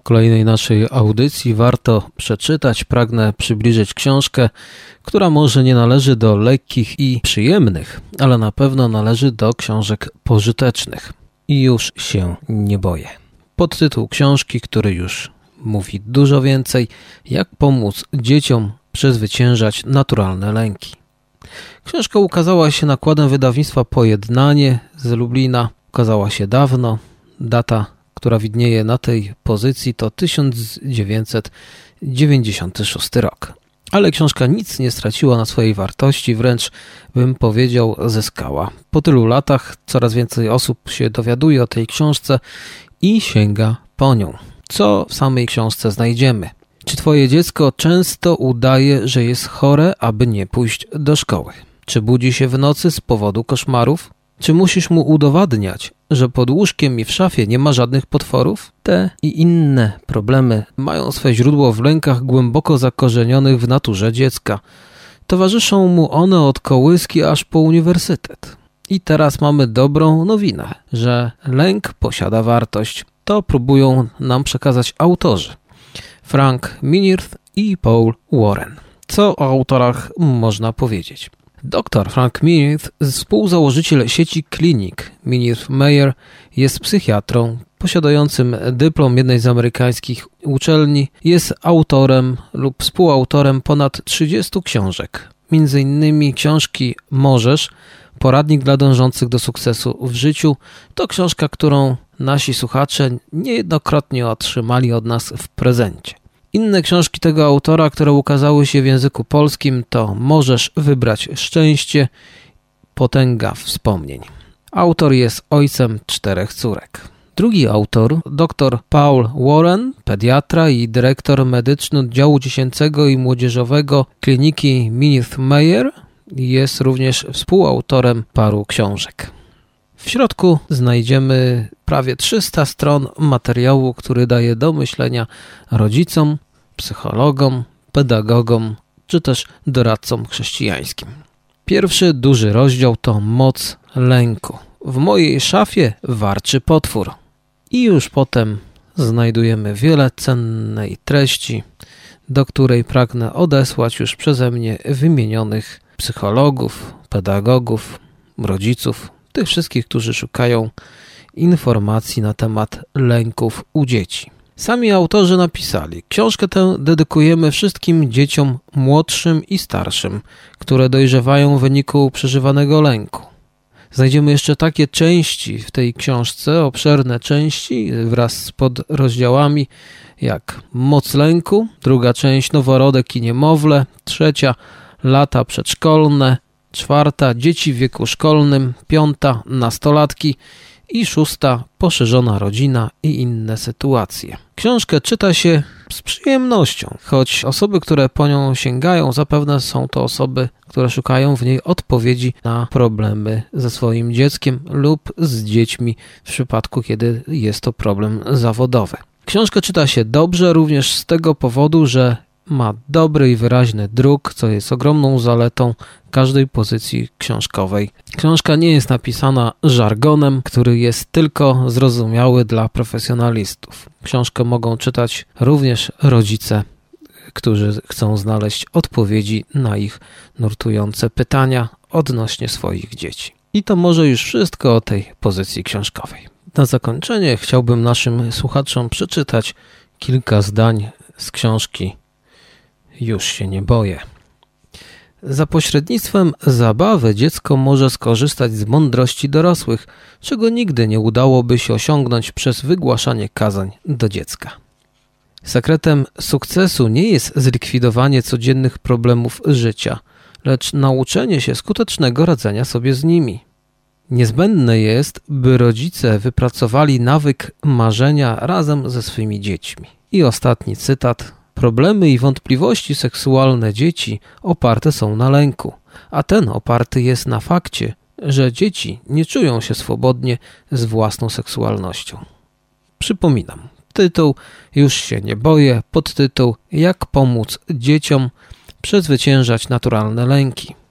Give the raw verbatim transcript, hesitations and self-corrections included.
kolejnej naszej audycji warto przeczytać, pragnę przybliżyć książkę, która może nie należy do lekkich i przyjemnych, ale na pewno należy do książek pożytecznych. I już się nie boję. Podtytuł książki, który już mówi dużo więcej, jak pomóc dzieciom przezwyciężać naturalne lęki. Książka ukazała się nakładem wydawnictwa Pojednanie z Lublina. Ukazała się dawno. Data, która widnieje na tej pozycji, to tysiąc dziewięćset dziewięćdziesiąty szósty rok. Ale książka nic nie straciła na swojej wartości, wręcz bym powiedział zyskała. Po tylu latach coraz więcej osób się dowiaduje o tej książce i sięga po nią. Co w samej książce znajdziemy? Czy twoje dziecko często udaje, że jest chore, aby nie pójść do szkoły? Czy budzi się w nocy z powodu koszmarów? Czy musisz mu udowadniać, że pod łóżkiem i w szafie nie ma żadnych potworów? Te i inne problemy mają swe źródło w lękach głęboko zakorzenionych w naturze dziecka. Towarzyszą mu one od kołyski aż po uniwersytet. I teraz mamy dobrą nowinę, że lęk posiada wartość. To próbują nam przekazać autorzy Frank Minirth i Paul Warren. Co o autorach można powiedzieć? Doktor Frank Minirth, współzałożyciel sieci klinik Minirth Meyer, jest psychiatrą posiadającym dyplom jednej z amerykańskich uczelni. Jest autorem lub współautorem ponad trzydziestu książek. Między innymi książki Możesz, poradnik dla dążących do sukcesu w życiu. To książka, którą nasi słuchacze niejednokrotnie otrzymali od nas w prezencie. Inne książki tego autora, które ukazały się w języku polskim, to Możesz wybrać szczęście, Potęga wspomnień. Autor jest ojcem czterech córek. Drugi autor, dr Paul Warren, pediatra i dyrektor medyczny oddziału dziecięcego i młodzieżowego kliniki Minirth Meyer, jest również współautorem paru książek. W środku znajdziemy prawie trzysta stron materiału, który daje do myślenia rodzicom, psychologom, pedagogom czy też doradcom chrześcijańskim. Pierwszy duży rozdział to Moc lęku. W mojej szafie warczy potwór. I już potem znajdujemy wiele cennej treści, do której pragnę odesłać już przeze mnie wymienionych psychologów, pedagogów, rodziców, tych wszystkich, którzy szukają informacji na temat lęków u dzieci. Sami autorzy napisali: książkę tę dedykujemy wszystkim dzieciom młodszym i starszym, które dojrzewają w wyniku przeżywanego lęku. Znajdziemy jeszcze takie części w tej książce, obszerne części wraz z podrozdziałami jak Moc lęku, druga część Noworodek i niemowlę, trzecia Lata przedszkolne, czwarta Dzieci w wieku szkolnym, piąta Nastolatki i szósta Poszerzona rodzina i inne sytuacje. Książkę czyta się z przyjemnością, choć osoby, które po nią sięgają, zapewne są to osoby, które szukają w niej odpowiedzi na problemy ze swoim dzieckiem lub z dziećmi w przypadku, kiedy jest to problem zawodowy. Książkę czyta się dobrze również z tego powodu, że ma dobry i wyraźny druk, co jest ogromną zaletą każdej pozycji książkowej. Książka nie jest napisana żargonem, który jest tylko zrozumiały dla profesjonalistów. Książkę mogą czytać również rodzice, którzy chcą znaleźć odpowiedzi na ich nurtujące pytania odnośnie swoich dzieci. I to może już wszystko o tej pozycji książkowej. Na zakończenie chciałbym naszym słuchaczom przeczytać kilka zdań z książki Już się nie boję. Za pośrednictwem zabawy dziecko może skorzystać z mądrości dorosłych, czego nigdy nie udałoby się osiągnąć przez wygłaszanie kazań do dziecka. Sekretem sukcesu nie jest zlikwidowanie codziennych problemów życia, lecz nauczenie się skutecznego radzenia sobie z nimi. Niezbędne jest, by rodzice wypracowali nawyk marzenia razem ze swymi dziećmi. I ostatni cytat. Problemy i wątpliwości seksualne dzieci oparte są na lęku, a ten oparty jest na fakcie, że dzieci nie czują się swobodnie z własną seksualnością. Przypominam, tytuł Już się nie boję, podtytuł Jak pomóc dzieciom przezwyciężać naturalne lęki.